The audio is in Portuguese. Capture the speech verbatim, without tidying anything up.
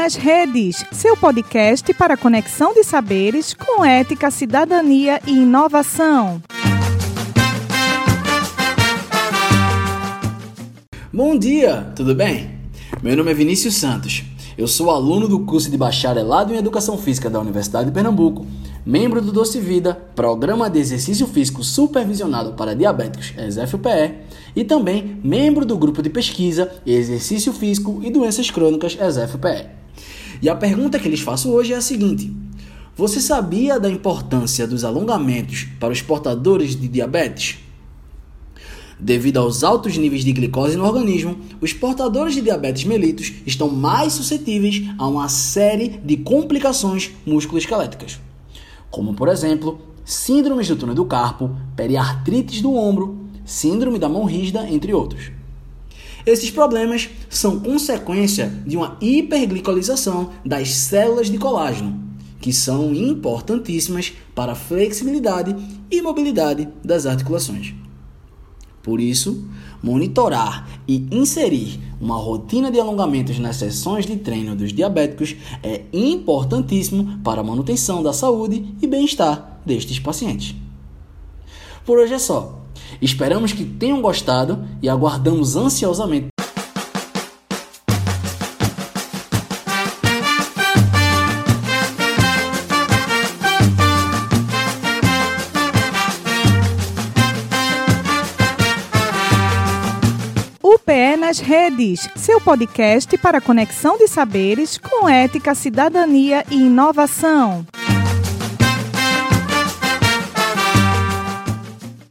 nas Redes, seu podcast para conexão de saberes com ética, cidadania e inovação. Bom dia, tudo bem? Meu nome é Vinícius Santos. Eu sou aluno do curso de Bacharelado em Educação Física da Universidade de Pernambuco, membro do Doce Vida, Programa de Exercício Físico Supervisionado para Diabéticos, E S F P E, e também membro do Grupo de Pesquisa Exercício Físico e Doenças Crônicas, E S F P E. E a pergunta que lhes faço hoje é a seguinte: você sabia da importância dos alongamentos para os portadores de diabetes? Devido aos altos níveis de glicose no organismo, os portadores de diabetes mellitus estão mais suscetíveis a uma série de complicações musculoesqueléticas, como, por exemplo, síndromes do túnel do carpo, periartrites do ombro, síndrome da mão rígida, entre outros. Esses problemas são consequência de uma hiperglicolização das células de colágeno, que são importantíssimas para a flexibilidade e mobilidade das articulações. Por isso, monitorar e inserir uma rotina de alongamentos nas sessões de treino dos diabéticos é importantíssimo para a manutenção da saúde e bem-estar destes pacientes. Por hoje é só. Esperamos que tenham gostado e aguardamos ansiosamente U P E nas Redes, seu podcast para conexão de saberes com ética, cidadania e inovação.